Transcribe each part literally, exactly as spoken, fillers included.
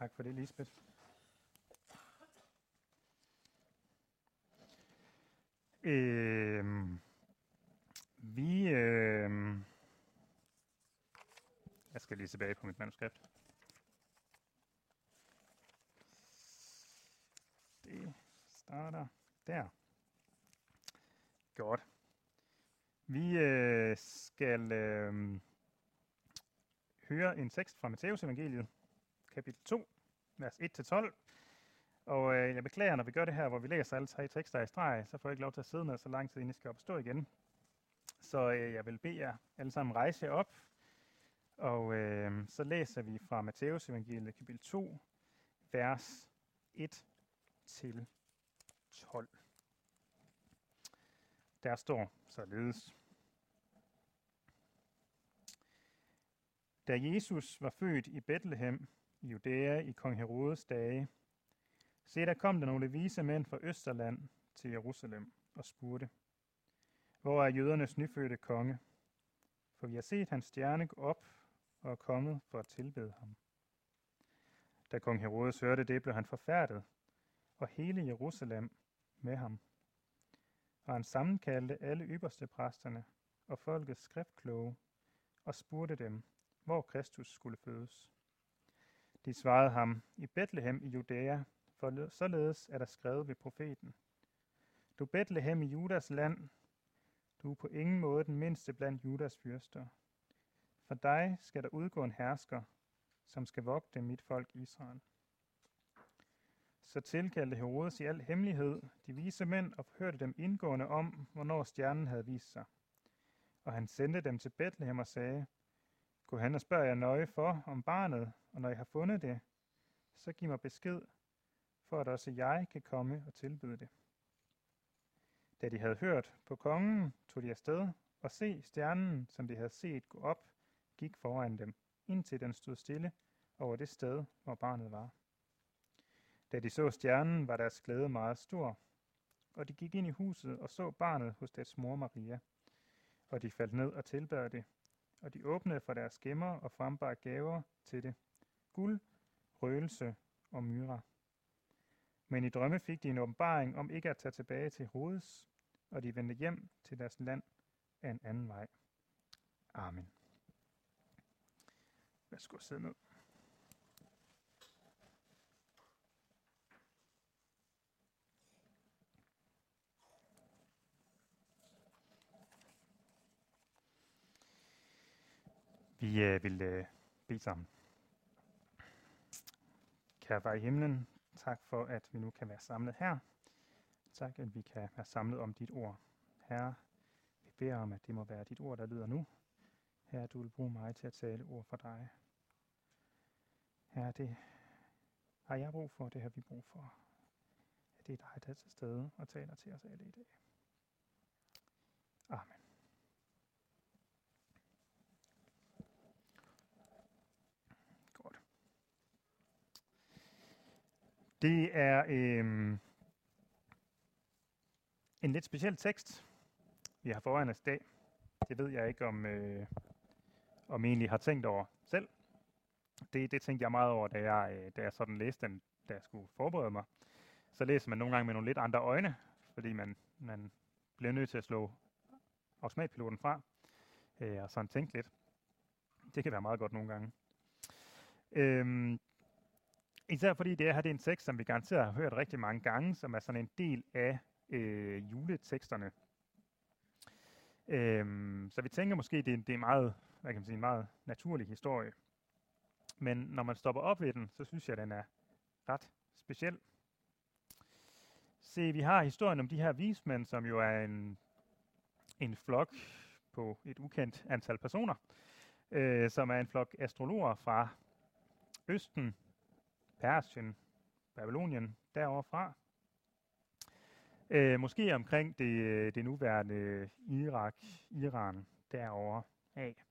Tak for det, Lisbeth. Øh, vi... Øh, jeg skal lige tilbage på mit manuskript. Det starter der. Godt. Vi øh, skal øh, høre en tekst fra Matteus evangeliet, kapitel to, vers et til tolv. Og øh, jeg beklager, når vi gør det her, hvor vi læser alle tre tekster i streg, så får jeg ikke lov til at sidde ned så lang tid, inden I skal op og stå igen. Så øh, jeg vil bede jer alle sammen rejse jer op, og øh, så læser vi fra Matteus evangeliet, kapitel to, vers et til tolv. Der står således: Da Jesus var født i Betlehem i Judæa i kong Herodes dage, se, der kom der nogle vise mænd fra Østerland til Jerusalem og spurgte: Hvor er jødernes nyfødte konge? For vi har set hans stjerne gå op og er kommet for at tilbede ham. Da kong Herodes hørte det, blev han forfærdet, og hele Jerusalem med ham. Og han sammenkaldte alle ypperste præsterne og folkets skriftkloge og spurgte dem, hvor Kristus skulle fødes. De svarede ham: I Betlehem i Judæa, for således er der skrevet ved profeten: Du Betlehem i Judas land, du er på ingen måde den mindste blandt Judas fyrster. For dig skal der udgå en hersker, som skal vogte mit folk Israel. Så tilkaldte Herodes i al hemmelighed de vise mænd og hørte dem indgående om, hvornår stjernen havde vist sig. Og han sendte dem til Betlehem og sagde: Gå hen og spørg jer nøje for om barnet, og når I har fundet det, så giv mig besked, for at også jeg kan komme og tilbyde det. Da de havde hørt på kongen, tog de afsted, og se stjernen, som de havde set gå op, gik foran dem, indtil den stod stille over det sted, hvor barnet var. Da de så stjernen, var deres glæde meget stor, og de gik ind i huset og så barnet hos dets mor Maria. Og de faldt ned og tilbad det, og de åbnede for deres gemmer og frembar gaver til det: guld, røgelse og myra. Men i drømme fik de en åbenbaring om ikke at tage tilbage til Herodes, og de vendte hjem til deres land af en anden vej. Amen. Værsgo at sidde ned. Vi øh, vil øh, bede sammen. Kære far i himlen, tak for, at vi nu kan være samlet her. Tak, at vi kan være samlet om dit ord. Herre, vi beder om, at det må være dit ord, der lyder nu. Herre, du vil bruge mig til at tale ord for dig. Herre, det har jeg brug for, det har vi brug for. At det er dig, der er til stede og taler til os alle i dag. Amen. Godt. Det er øh, en lidt speciel tekst, vi har foran os i dag. Det ved jeg ikke, om, øh, om I egentlig har tænkt over selv. Det, det tænkte jeg meget over, da jeg, da jeg sådan læste den, da jeg skulle forberede mig. Så læser man nogle gange med nogle lidt andre øjne, fordi man, man bliver nødt til at slå automatpiloten fra, øh, og sådan tænke lidt. Det kan være meget godt nogle gange. Øhm, især fordi det her det er en tekst, som vi garanteret har hørt rigtig mange gange, som er sådan en del af øh, juleteksterne. Øhm, så vi tænker måske, det er, det er meget, hvad kan man sige, en meget naturlig historie. Men når man stopper op ved den, så synes jeg, at den er ret speciel. Se, vi har historien om de her vismænd, som jo er en, en flok på et ukendt antal personer, øh, som er en flok astrologer fra Østen, Persien, Babylonien, derovre fra. Øh, måske omkring det, det nuværende Irak, Iran, derovre af.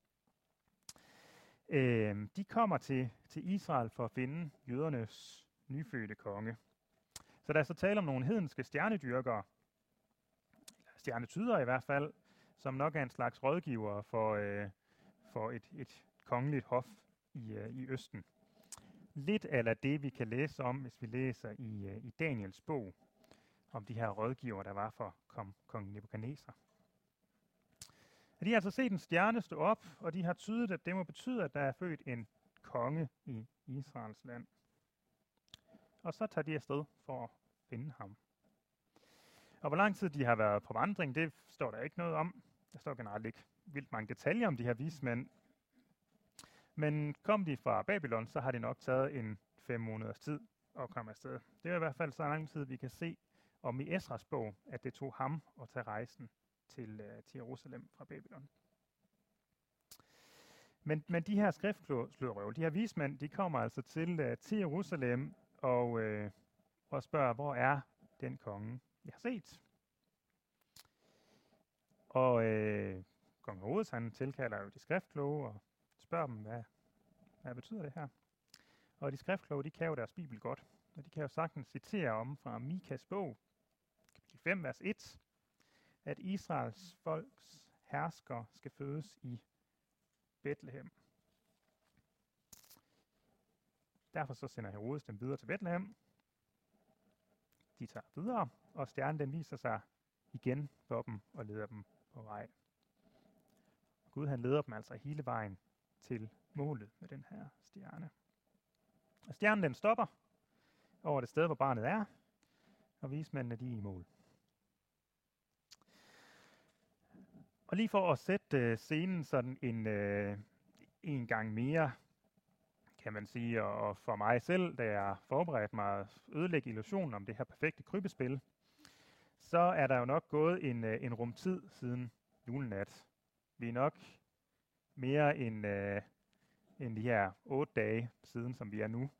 Øh, de kommer til, til Israel for at finde jødernes nyfødte konge. Så der er så tale om nogle hedenske stjernedyrkere, stjernetydere i hvert fald, som nok er en slags rådgiver for, øh, for et, et kongeligt hof i, øh, i Østen. lidt eller det, vi kan læse om, hvis vi læser i, uh, i Daniels bog, om de her rådgiver, der var for kong, kong Nebukadnesar. De har altså set en stjerne stå op, og de har tydet, at det må betyde, at der er født en konge i Israels land. Og så tager de afsted for at finde ham. Og hvor lang tid de har været på vandring, det står der ikke noget om. Der står generelt ikke vildt mange detaljer om de her vismænd. Men kom de fra Babylon, så har det nok taget en fem måneders tid at komme afsted. Det er i hvert fald så lang tid, vi kan se om i Esras bog, at det tog ham at tage rejsen til, uh, til Jerusalem fra Babylon. Men, men de her skriftslørrøv, de her vismænd, de kommer altså til, uh, til Jerusalem og, uh, og spørger, hvor er den konge, jeg har set? Og uh, kong Herodes, han tilkalder jo de skriftkloge og spørger dem, hvad, hvad betyder det her? Og de skriftkloge, de kan jo deres bibel godt, og de kan jo sagtens citere om fra Mikas bog, kapitel fem, vers et, at Israels folks hersker skal fødes i Betlehem. Derfor så sender Herodes dem videre til Betlehem. De tager videre, og stjernen den viser sig igen for dem og leder dem på vej. Gud han leder dem altså hele vejen til målet med den her stjerne. Og stjernen den stopper over det sted, hvor barnet er, og vismændene de er i mål. Og lige for at sætte uh, scenen sådan en, uh, en gang mere, kan man sige, og, og for mig selv, da jeg forberedte mig at ødelægge illusionen om det her perfekte krybespil, så er der jo nok gået en, uh, en rumtid siden julenat. Vi er nok mere end, uh, end de her otte dage siden, som vi er nu.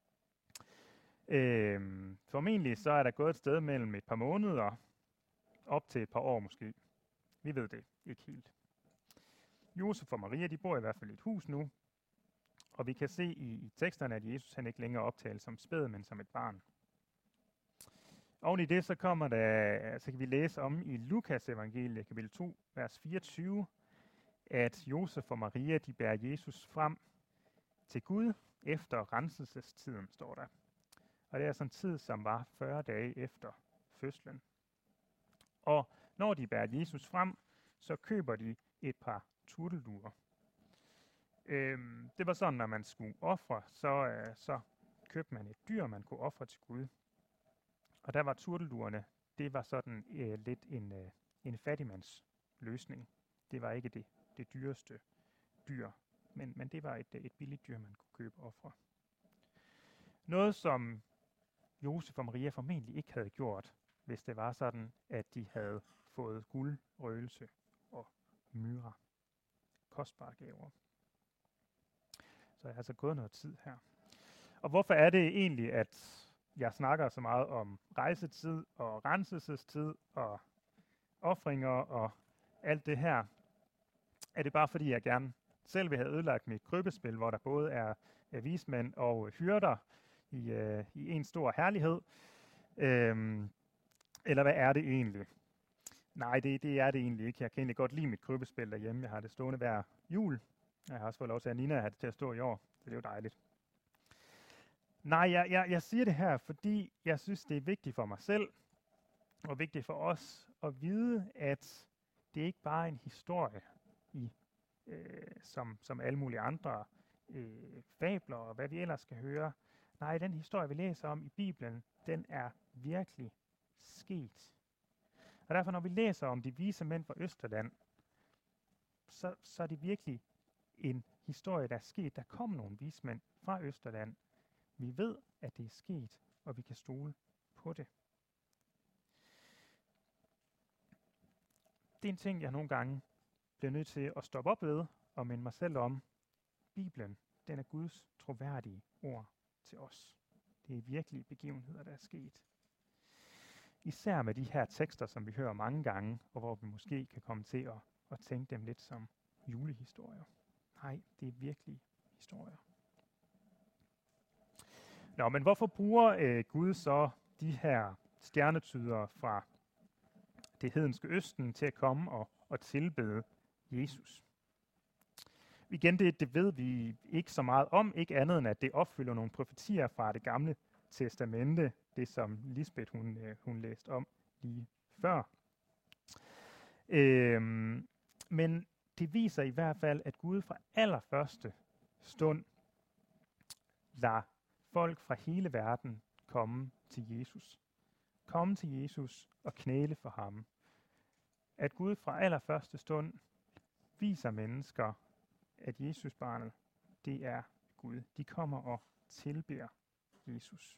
Øhm, formentlig så er der gået et sted mellem et par måneder op til et par år måske. Vi ved det ikke helt. Josef og Maria, de bor i hvert fald i et hus nu, og vi kan se i, i teksterne, at Jesus han ikke længere optales som spæd, men som et barn. Oven i det, så kommer der, så kan vi læse om i Lukas evangeliet, kapitel to, vers fireogtyve, at Josef og Maria, de bærer Jesus frem til Gud efter renselsestiden, står der. Og det er sådan en tid, som var fyrre dage efter fødslen. Og når de bærer Jesus frem, så køber de et par turtelduer. Øhm, det var sådan, når man skulle ofre, så, øh, så købte man et dyr, man kunne ofre til Gud. Og der var turtelduerne, det var sådan øh, lidt en, øh, en fattigmands løsning. Det var ikke det, det dyreste dyr, men, men det var et, et billigt dyr, man kunne købe og ofre. Noget, som Josef og Maria formentlig ikke havde gjort, hvis det var sådan, at de havde fået guld, røgelse og myra. Kostbare gaver. Så jeg har altså gået noget tid her. Og hvorfor er det egentlig, at jeg snakker så meget om rejsetid og renselsestid og ofringer og alt det her? Er det bare fordi, jeg gerne selv vil have ødelagt mit krybespil, hvor der både er vismænd og hyrder i, øh, i en stor herlighed? Øhm, eller hvad er det egentlig? Nej, det, det er det egentlig ikke. Jeg kan egentlig godt lide mit krybespil derhjemme. Jeg har det stående hver jul. Jeg har også fået lov til at Nina have det til at stå i år, så det er jo dejligt. Nej, jeg, jeg, jeg siger det her, fordi jeg synes, det er vigtigt for mig selv, og vigtigt for os, at vide, at det ikke bare er en historie, i, øh, som, som alle mulige andre øh, fabler, og hvad vi ellers skal høre. Nej, den historie, vi læser om i Bibelen, den er virkelig sket. Og derfor, når vi læser om de vise mænd fra Østerland, så, så er det virkelig en historie, der er sket. Der kom nogle vismænd fra Østerland. Vi ved, at det er sket, og vi kan stole på det. Det er en ting, jeg nogle gange bliver nødt til at stoppe op ved og minde mig selv om. Bibelen, den er Guds troværdige ord til os. Det er virkelige begivenheder, der er sket. Især med de her tekster, som vi hører mange gange, og hvor vi måske kan komme til at, at tænke dem lidt som julehistorier. Nej, det er virkelige historier. Nå, men hvorfor bruger øh, Gud så de her stjernetydere fra det hedenske Østen til at komme og, og tilbede Jesus? Igen, det, det ved vi ikke så meget om, ikke andet end at det opfylder nogle profetier fra det gamle testamente, det som Lisbeth hun, øh, hun læste om lige før. Øhm, men det viser i hvert fald, at Gud fra allerførste stund lader folk fra hele verden komme til Jesus. Komme til Jesus og knæle for ham. At Gud fra allerførste stund viser mennesker, at Jesusbarnet, det er Gud. De kommer og tilbeder Jesus.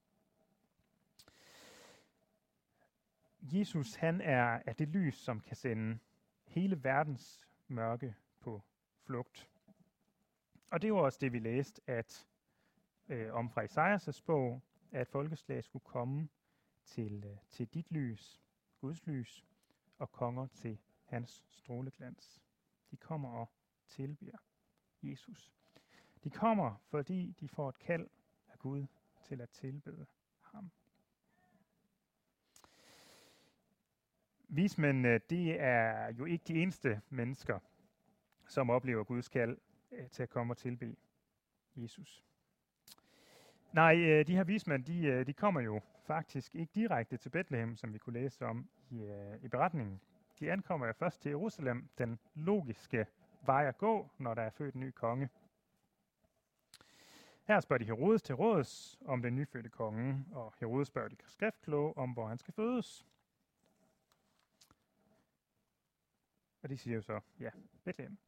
Jesus, han er, er det lys, som kan sende hele verdens mørke på flugt. Og det var også det, vi læste at, øh, om fra Esajas' bog, at folkeslag skulle komme til, øh, til dit lys, Guds lys, og konger til hans stråleglans. De kommer og tilbeder Jesus. De kommer, fordi de får et kald af Gud til at tilbede ham. Vismændene, det er jo ikke de eneste mennesker, som oplever Guds kald øh, til at komme og tilbede Jesus. Nej, øh, de her vismænd, de, øh, de kommer jo faktisk ikke direkte til Bethlehem, som vi kunne læse om i, øh, i beretningen. De ankommer jo først til Jerusalem, den logiske vej at gå, når der er født en ny konge. Her spørger de Herodes til råds om den nyfødte konge, og Herodes spørger de skriftkloge om, hvor han skal fødes. Og de siger jo så, ja, Bethlehem.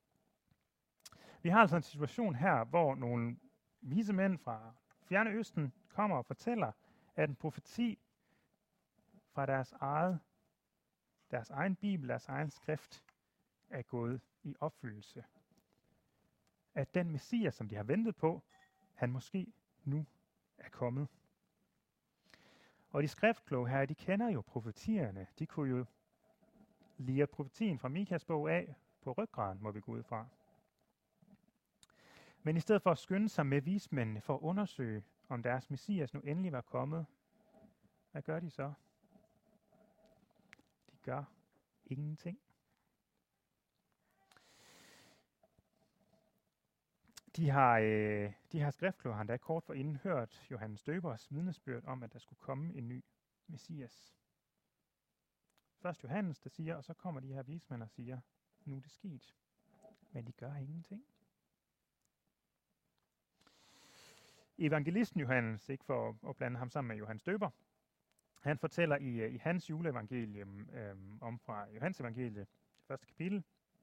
Vi har altså en situation her, hvor nogle vise mænd fra Fjerne Østen kommer og fortæller, at en profeti fra deres eget, deres egen bibel, deres egen skrift, er gået i opfyldelse. At den Messias, som de har ventet på, han måske nu er kommet. Og de skriftkloge her, de kender jo profetierne. De kunne jo lire profetien fra Mikas bog af på ryggraden, må vi gå ud fra. Men i stedet for at skynde sig med vismændene for at undersøge, om deres Messias nu endelig var kommet, hvad gør de så? De gør ingenting. De har, øh, de har skriftkloge, han da kort forinden hørt Johannes Døbers vidnesbyrd om, at der skulle komme en ny Messias. Først Johannes, der siger, og så kommer de her vismænd og siger, nu er det sket. Men de gør ingenting. Evangelisten Johannes, ikke for at blande ham sammen med Johannes Døber, han fortæller i, i hans juleevangelium øhm, om fra Johannes evangeliet, første kapitel,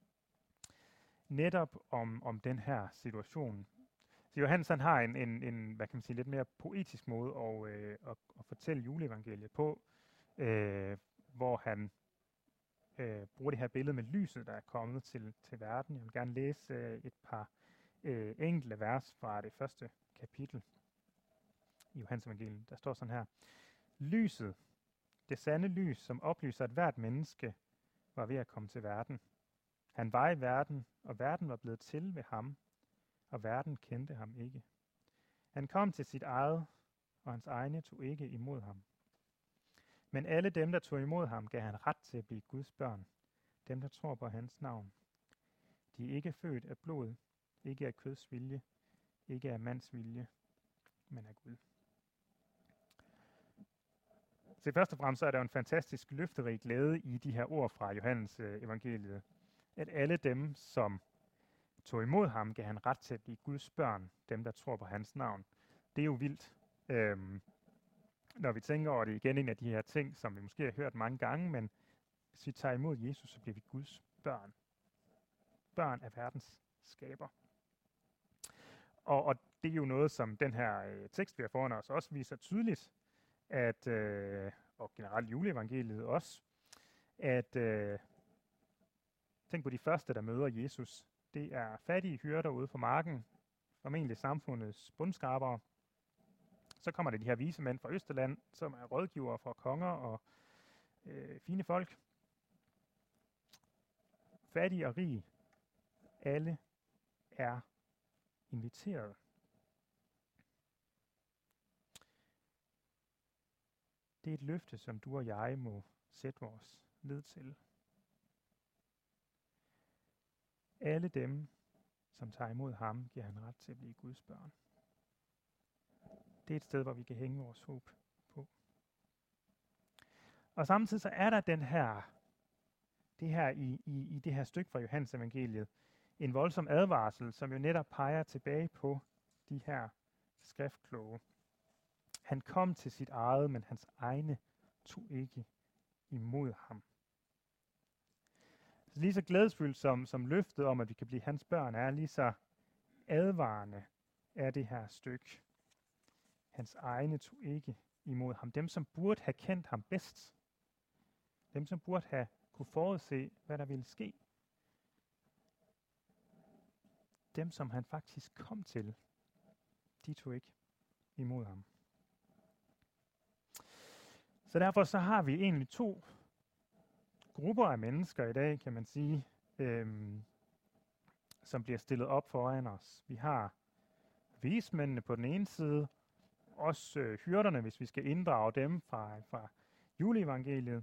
netop om, om den her situation. Så Johannes han har en, en, en, hvad kan man sige, lidt mere poetisk måde at, øh, at, at fortælle juleevangeliet på, øh, hvor han øh, bruger det her billede med lyset, der er kommet til, til verden. Jeg vil gerne læse øh, et par øh, enkelte vers fra det første kapitel i Johannes evangeliet. Der står sådan her. Lyset, det sande lys, som oplyser, at hvert menneske var ved at komme til verden. Han var i verden, og verden var blevet til ved ham, og verden kendte ham ikke. Han kom til sit eget, og hans egne tog ikke imod ham. Men alle dem, der tog imod ham, gav han ret til at blive Guds børn, dem, der tror på hans navn. De er ikke født af blod, ikke af køds vilje, ikke af mands vilje, men af Gud. Så først og fremmest så er der jo en fantastisk løfterig glæde i de her ord fra Johannes øh, evangeliet. At alle dem, som tog imod ham, gav han ret til at blive Guds børn, dem der tror på hans navn. Det er jo vildt. Øhm, når vi tænker over det igen, en af de her ting, som vi måske har hørt mange gange, men hvis vi tager imod Jesus, så bliver vi Guds børn. Børn af verdens skaber. Og, og det er jo noget, som den her øh, tekst, vi har foran os, også viser tydeligt, at, øh, og generelt juleevangeliet også, at øh, tænk på de første, der møder Jesus. Det er fattige hyrder ude på marken, formentlig samfundets bundskrabere. Så kommer der de her vise mænd fra Østerland, som er rådgivere for konger og øh, fine folk. Fattige og rige, alle er inviteret. Det er et løfte, som du og jeg må sætte vores lid til. Alle dem, som tager imod ham, giver han ret til at blive Guds børn. Det er et sted, hvor vi kan hænge vores håb på. Og samtidig så er der den her, det her i, i, i det her stykke fra Johannes evangeliet, en voldsom advarsel, som jo netop peger tilbage på de her skriftkloge. Han kom til sit eget, men hans egne tog ikke imod ham. Så lige så glædesfyldt som, som løftet om, at vi kan blive hans børn, er lige så advarende er det her stykke. Hans egne tog ikke imod ham. Dem, som burde have kendt ham bedst. Dem, som burde have kunne forudse, hvad der ville ske. Dem, som han faktisk kom til, de tog ikke imod ham. Så derfor så har vi egentlig to grupper af mennesker i dag, kan man sige, øhm, som bliver stillet op foran os. Vi har vismændene på den ene side, også øh, hyrderne, hvis vi skal inddrage dem fra, fra juleevangeliet.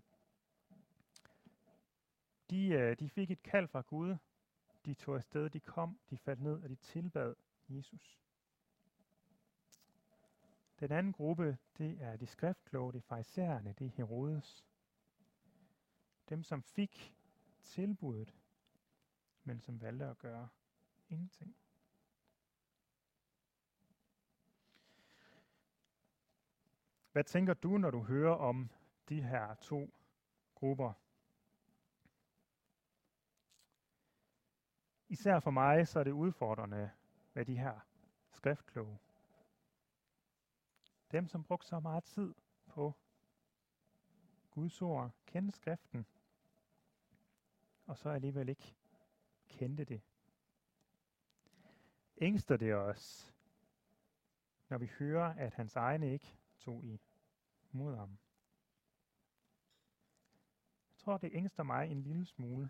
De, øh, de fik et kald fra Gud. De tog afsted, de kom, de faldt ned, og de tilbad Jesus. Den anden gruppe, det er de skriftkloge, det er farisæerne, det er Herodes. Dem, som fik tilbuddet, men som valgte at gøre ingenting. Hvad tænker du, når du hører om de her to grupper? Især for mig, så er det udfordrende med de her skriftkloge. Dem, som brugte så meget tid på Guds ord, kende skriften, og så alligevel ikke kendte det. Ængster det os, når vi hører, at hans egne ikke tog imod ham. Jeg tror, det ængster mig en lille smule.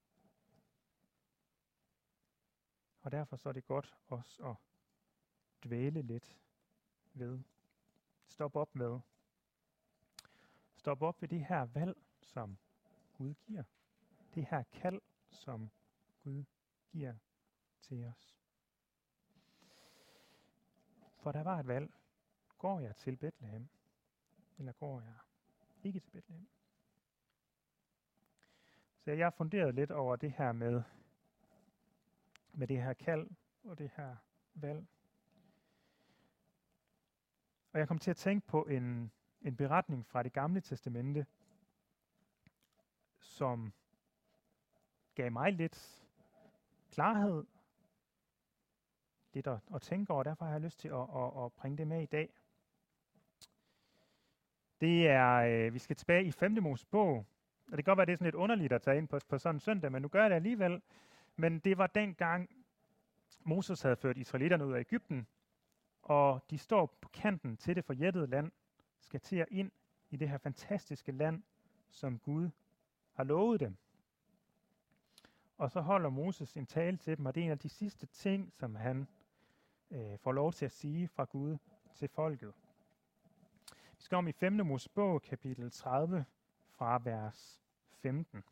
Og derfor så er det godt også at dvæle lidt ved. Stop op med. Stop op ved det her valg, som Gud giver. Det her kald, som Gud giver til os. For der var et valg. Går jeg til Betlehem, eller går jeg ikke til Betlehem? Så jeg har funderet lidt over det her med, med det her kald og det her valg. Og jeg kom til at tænke på en, en beretning fra Det Gamle Testamente, som gav mig lidt klarhed, lidt at, at tænke over. Derfor har jeg lyst til at, at, at bringe det med i dag. Det er, øh, vi skal tilbage i femte Mosebog, og det kan godt være, det er sådan lidt underligt at tage ind på, på sådan en søndag, men nu gør jeg det alligevel. Men det var dengang, Moses havde ført israelitterne ud af Egypten, og de står på kanten til det forjættede land, skal til at ind i det her fantastiske land, som Gud har lovet dem. Og så holder Moses en tale til dem, og det er en af de sidste ting, som han øh, får lov til at sige fra Gud til folket. Vi skal om i femte Mosebog, kapitel tredive, fra vers femten.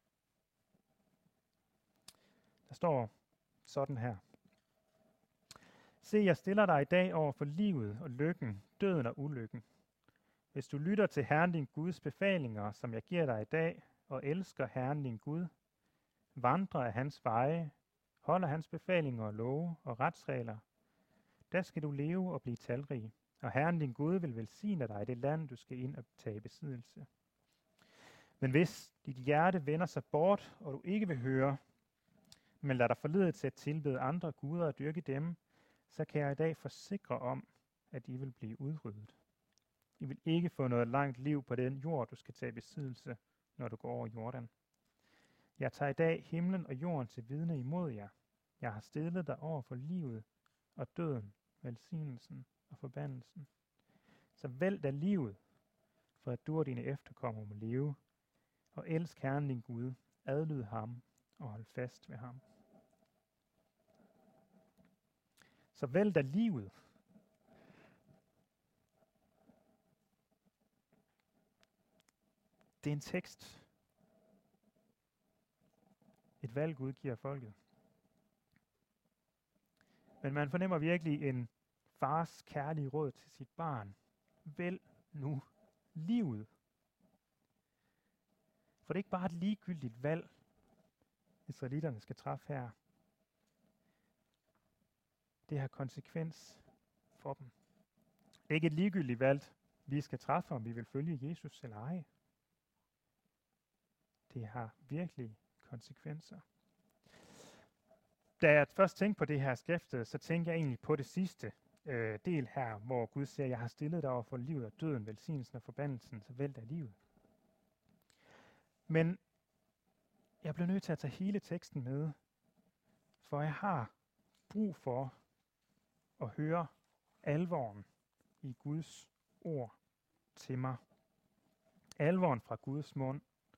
Der står sådan her. Se, jeg stiller dig i dag over for livet og lykken, døden og ulykken. Hvis du lytter til Herren din Guds befalinger, som jeg giver dig i dag, og elsker Herren din Gud, vandrer af hans veje, holder hans befalinger og love og retsregler, der skal du leve og blive talrig, og Herren din Gud vil velsigne dig i det land, du skal ind og tage besiddelse. Men hvis dit hjerte vender sig bort, og du ikke vil høre, men lader dig forlede til at tilbede andre guder og dyrke dem, så kan jeg i dag forsikre om, at I vil blive udryddet. I vil ikke få noget langt liv på den jord, du skal tage besiddelse, når du går over Jordan. Jeg tager i dag himlen og jorden til vidne imod jer. Jeg har stillet dig over for livet og døden, velsignelsen og forbandelsen. Så vælg da livet, for at du og dine efterkommere må leve, og elsk Herren din Gud, adlyd ham og hold fast ved ham. Så vælg da livet. Det er en tekst. Et valg Gud giver folket. Men man fornemmer virkelig en fars kærlige råd til sit barn. Vælg nu livet. For det er ikke bare et ligegyldigt valg, israelitterne skal træffe her. Det har konsekvens for dem. Det er ikke et ligegyldigt valg, vi skal træffe, om vi vil følge Jesus eller ej. Det har virkelig konsekvenser. Da jeg først tænkte på det her skrift, så tænkte jeg egentlig på det sidste øh, del her, hvor Gud siger, jeg har stillet dig over for livet og døden, velsignelsen og forbandelsen, så vælg dig livet. Men jeg blev nødt til at tage hele teksten med, for jeg har brug for at høre alvoren i Guds ord til mig. Alvoren fra Guds mund,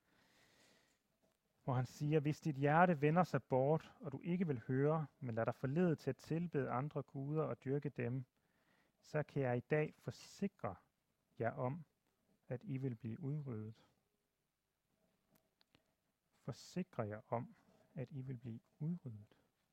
hvor han siger, hvis dit hjerte vender sig bort, og du ikke vil høre, men lader dig forlede til at tilbede andre guder og dyrke dem, så kan jeg i dag forsikre jer om, at I vil blive udryddet. Forsikre jer om, at I vil blive udryddet.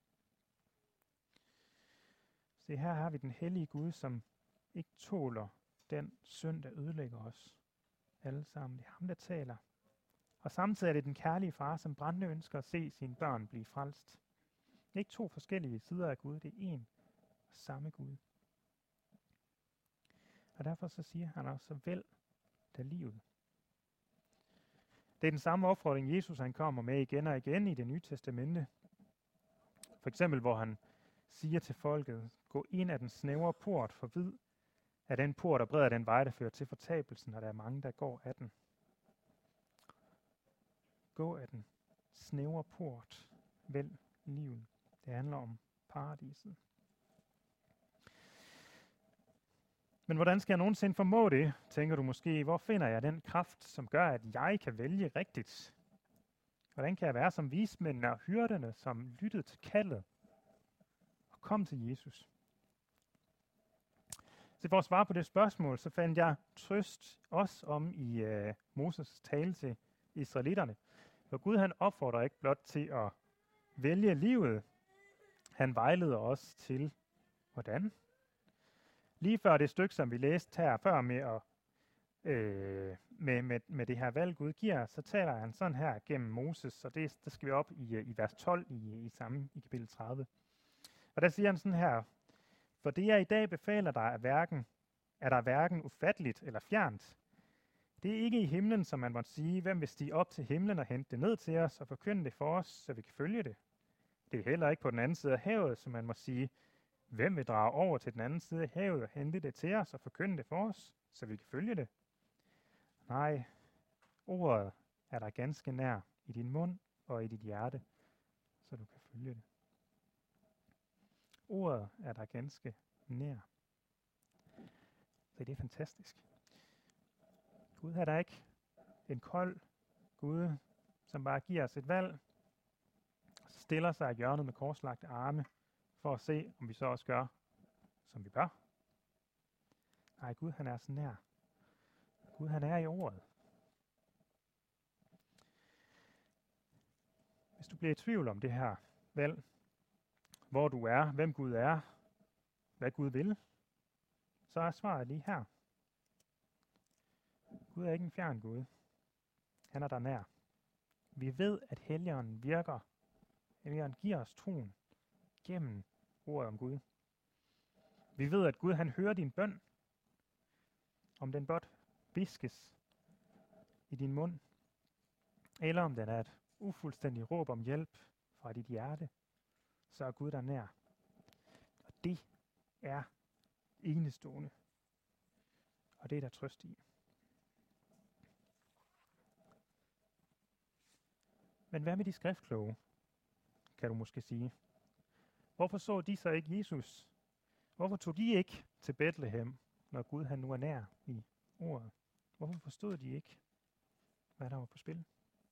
Se, her har vi den hellige Gud, som ikke tåler den synd, der ødelægger os alle sammen. Det er ham, der taler. Og samtidig er det den kærlige far, som brændende ønsker at se sine børn blive frelst. Det er ikke to forskellige sider af Gud, det er én og samme Gud. Og derfor så siger han også, vælg da livet. Det er den samme opfordring, Jesus han kommer med igen og igen i Det Nye Testamente. For eksempel, hvor han siger til folket, gå ind af den snævre port, for vid er den port, der breder den vej, der fører til fortabelsen, og der er mange, der går af den. Gå af den snævre port, vælg livet. Det handler om paradiset. Men hvordan skal jeg nogensinde formå det, tænker du måske. Hvor finder jeg den kraft, som gør, at jeg kan vælge rigtigt? Hvordan kan jeg være som vismændene og hyrderne, som lyttede til kaldet og kom til Jesus? Så for at svare på det spørgsmål, så fandt jeg trøst også om i uh, Moses tale til israelitterne. For Gud han opfordrer ikke blot til at vælge livet, han vejleder os til hvordan. Lige før det stykke, som vi læste her før med, at, øh, med, med, med det her valg, Gud giver, så taler han sådan her gennem Moses, og det der skal vi op i, i vers tolv i, i samme i kapitel tredive. Og der siger han sådan her, for det jeg i dag befaler dig er, hverken, er der hverken ufatteligt eller fjernt. Det er ikke i himlen, som man måtte sige, hvem vil stige op til himlen og hente det ned til os og forkynde det for os, så vi kan følge det. Det er heller ikke på den anden side af havet, som man må sige, hvem vil drage over til den anden side af havet og hente det til os og forkynde det for os, så vi kan følge det? Nej, ordet er der ganske nær i din mund og i dit hjerte, så du kan følge det. Ordet er der ganske nær. Så det er fantastisk. Gud er der ikke en kold Gud, som bare giver os et valg, stiller sig i hjørnet med korslagte arme, for at se, om vi så også gør, som vi bør. Nej, Gud han er så nær. Gud han er i ordet. Hvis du bliver i tvivl om det her valg, hvor du er, hvem Gud er, hvad Gud vil, så er svaret lige her. Gud er ikke en fjern Gud. Han er der nær. Vi ved, at Helligånden virker. Helligånden giver os troen gennem ordet om Gud. Vi ved, at Gud han hører din bøn, om den blot viskes i din mund, eller om den er et ufuldstændigt råb om hjælp fra dit hjerte, så er Gud der nær. Og det er enestående. Og det er der trøst i. Men hvad med de skriftkloge, kan du måske sige? Hvorfor så de så ikke Jesus? Hvorfor tog de ikke til Betlehem, når Gud han nu er nær i ordet? Hvorfor forstod de ikke, hvad der var på spil?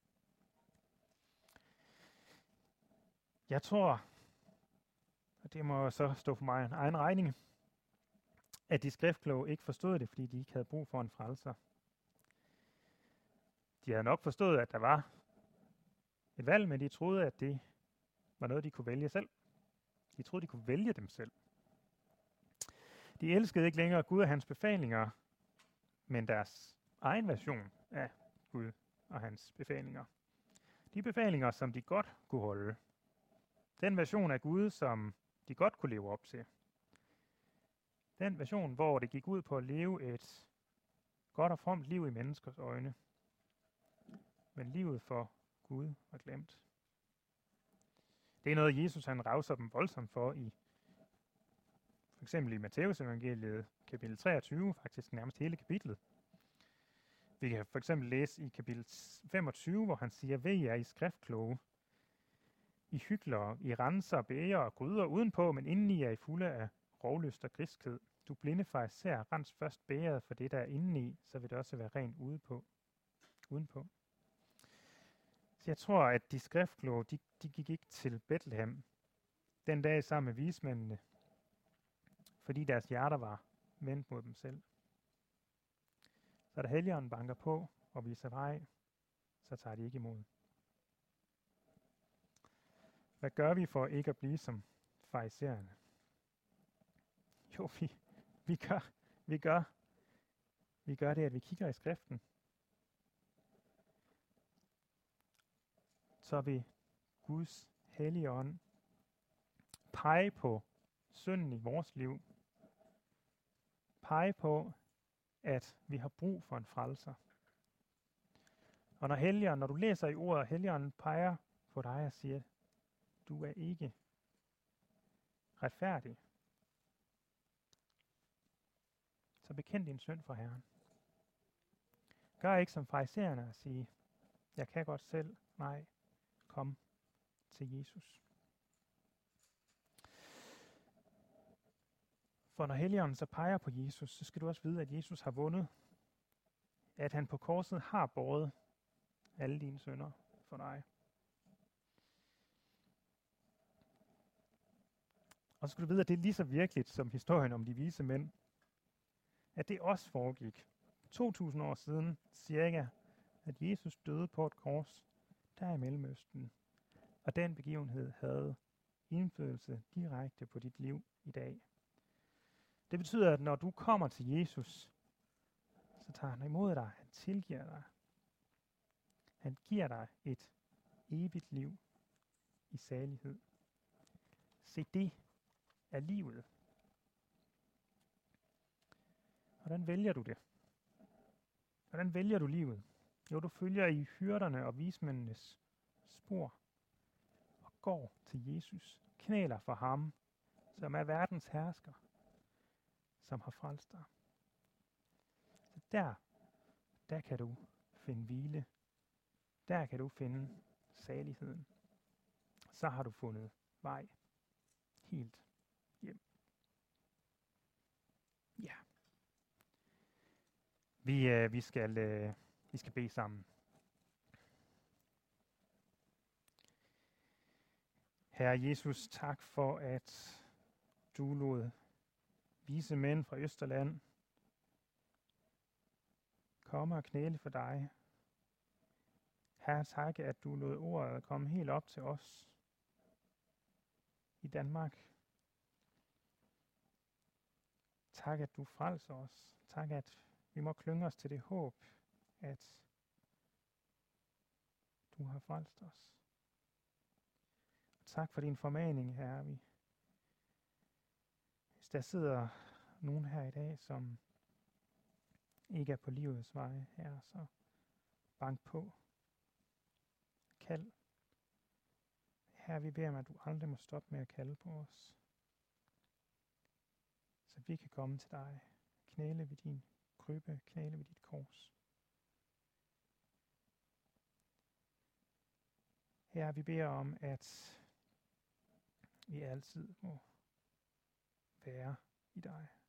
Jeg tror, og det må så stå for mig en egen regning, at de skriftkloge ikke forstod det, fordi de ikke havde brug for en frelser. De havde nok forstået, at der var et valg, men de troede, at det var noget, de kunne vælge selv. De De troede, de kunne vælge dem selv. De elskede ikke længere Gud og hans befalinger, men deres egen version af Gud og hans befalinger. De befalinger, som de godt kunne holde. Den version af Gud, som de godt kunne leve op til. Den version, hvor det gik ud på at leve et godt og fromt liv i menneskers øjne. Men livet for Gud var glemt. Det er noget, Jesus han ravser dem voldsomt for i for eksempel i Matteus evangeliet, kapitel treogtyve, faktisk nærmest hele kapitlet. Vi kan for eksempel læse i kapitel femogtyve, hvor han siger, ved jer I skriftkloge, I hyklere, I renser, bæger og gryder udenpå, men indeni er I fulde af rovlyst og griskhed. Du blinde fariserer, rens først bægeret for det, der er indeni, så vil det også være rent ude på, udenpå. Så jeg tror, at de skriftkloge, de, de gik ikke til Bethlehem den dag sammen med vismændene, fordi deres hjerter var vendt mod dem selv. Så da Helligånden banker på og viser vej, så tager de ikke imod. Hvad gør vi for ikke at blive som farisæerne? Jo, vi, vi, gør, vi, gør, vi gør det, at vi kigger i skriften. Så vil Guds hellige ånd pege på synden i vores liv. Pege på, at vi har brug for en frelser. Og når Helligånden, når du læser i ordet, Helligånden peger på dig og siger, du er ikke retfærdig, så bekend din synd for Herren. Gør ikke som farisæerne og sige, jeg kan godt selv. Nej, kom til Jesus. For når Helligånden så peger på Jesus, så skal du også vide, at Jesus har vundet. At han på korset har båret alle dine synder for dig. Og så skal du vide, at det er lige så virkeligt som historien om de vise mænd. At det også foregik to tusind år siden cirka, at Jesus døde på et kors der i Mellemøsten. Og den begivenhed havde indflydelse direkte på dit liv i dag. Det betyder, at når du kommer til Jesus, så tager han imod dig. Han tilgiver dig. Han giver dig et evigt liv i salighed. Se, det er livet. Hvordan vælger du det? Hvordan vælger du livet? Jo, du følger i hyrderne og vismændenes spor og går til Jesus. Knæler for ham, som er verdens hersker, som har frelst dig. Så der, der kan du finde hvile. Der kan du finde saligheden. Så har du fundet vej helt hjem. Ja. Vi, øh, vi, skal, øh, vi skal bede sammen. Herre Jesus, tak for, at du lod vise mænd fra Østerland komme og knæle for dig. Herre, tak, at du lod ordet komme helt op til os i Danmark. Tak, at du frelser os. Tak, at vi må klynge os til det håb, at du har frelst os. Tak for din formaning, Herre. Vi Hvis der sidder nogen her i dag, som ikke er på livets vej, Herre, så bank på. Kald. Herre, vi beder om, at du aldrig må stoppe med at kalde på os. Så vi kan komme til dig, knæle ved din krybbe, knæle ved dit kors. Herre, vi beder om, at vi altid må være i dig.